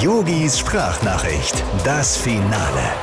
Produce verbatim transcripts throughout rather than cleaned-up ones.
Yogis Sprachnachricht, das Finale.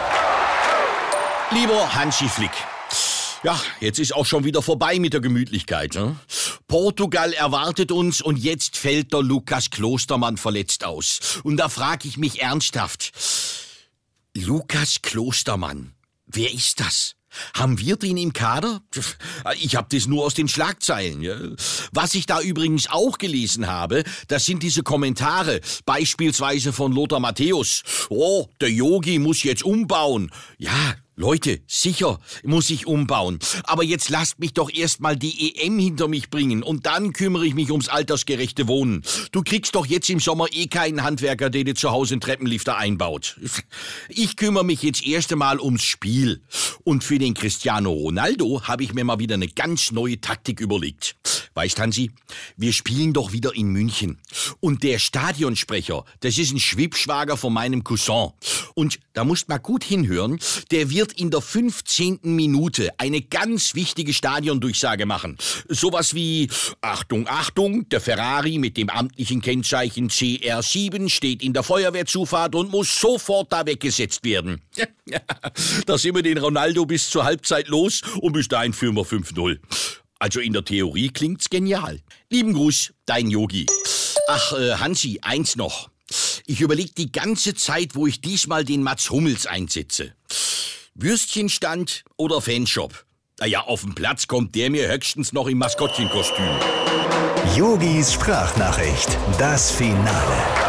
Lieber Hansi Flick, ja, jetzt ist auch schon wieder vorbei mit der Gemütlichkeit. Ne? Portugal erwartet uns und jetzt fällt der Lukas Klostermann verletzt aus. Und da frage ich mich ernsthaft, Lukas Klostermann, wer ist das? Haben wir den im Kader? Ich habe das nur aus den Schlagzeilen. Ja. Was ich da übrigens auch gelesen habe, das sind diese Kommentare, beispielsweise von Lothar Matthäus. Oh, der Yogi muss jetzt umbauen. Ja, Leute, sicher muss ich umbauen. Aber jetzt lasst mich doch erst mal die E M hinter mich bringen und dann kümmere ich mich ums altersgerechte Wohnen. Du kriegst doch jetzt im Sommer eh keinen Handwerker, der dir zu Hause einen Treppenlifter einbaut. Ich kümmere mich jetzt erst einmal ums Spiel. Und für den Cristiano Ronaldo habe ich mir mal wieder eine ganz neue Taktik überlegt. Weißt, Hansi, wir spielen doch wieder in München. Und der Stadionsprecher, das ist ein Schwippschwager von meinem Cousin. Und da musst mal gut hinhören, der wird in der fünfzehnten Minute eine ganz wichtige Stadiondurchsage machen. Sowas wie, Achtung, Achtung, der Ferrari mit dem amtlichen Kennzeichen C R sieben steht in der Feuerwehrzufahrt und muss sofort da weggesetzt werden. Da sind wir den Ronaldo bis zur Halbzeit los und bis dahin führen wir fünf null. Also in der Theorie klingt's genial. Lieben Gruß, dein Yogi. Ach, äh, Hansi, eins noch. Ich überlege die ganze Zeit, wo ich diesmal den Mats Hummels einsetze. Würstchenstand oder Fanshop? Naja, auf dem Platz kommt der mir höchstens noch im Maskottchenkostüm. Yogis Sprachnachricht, das Finale.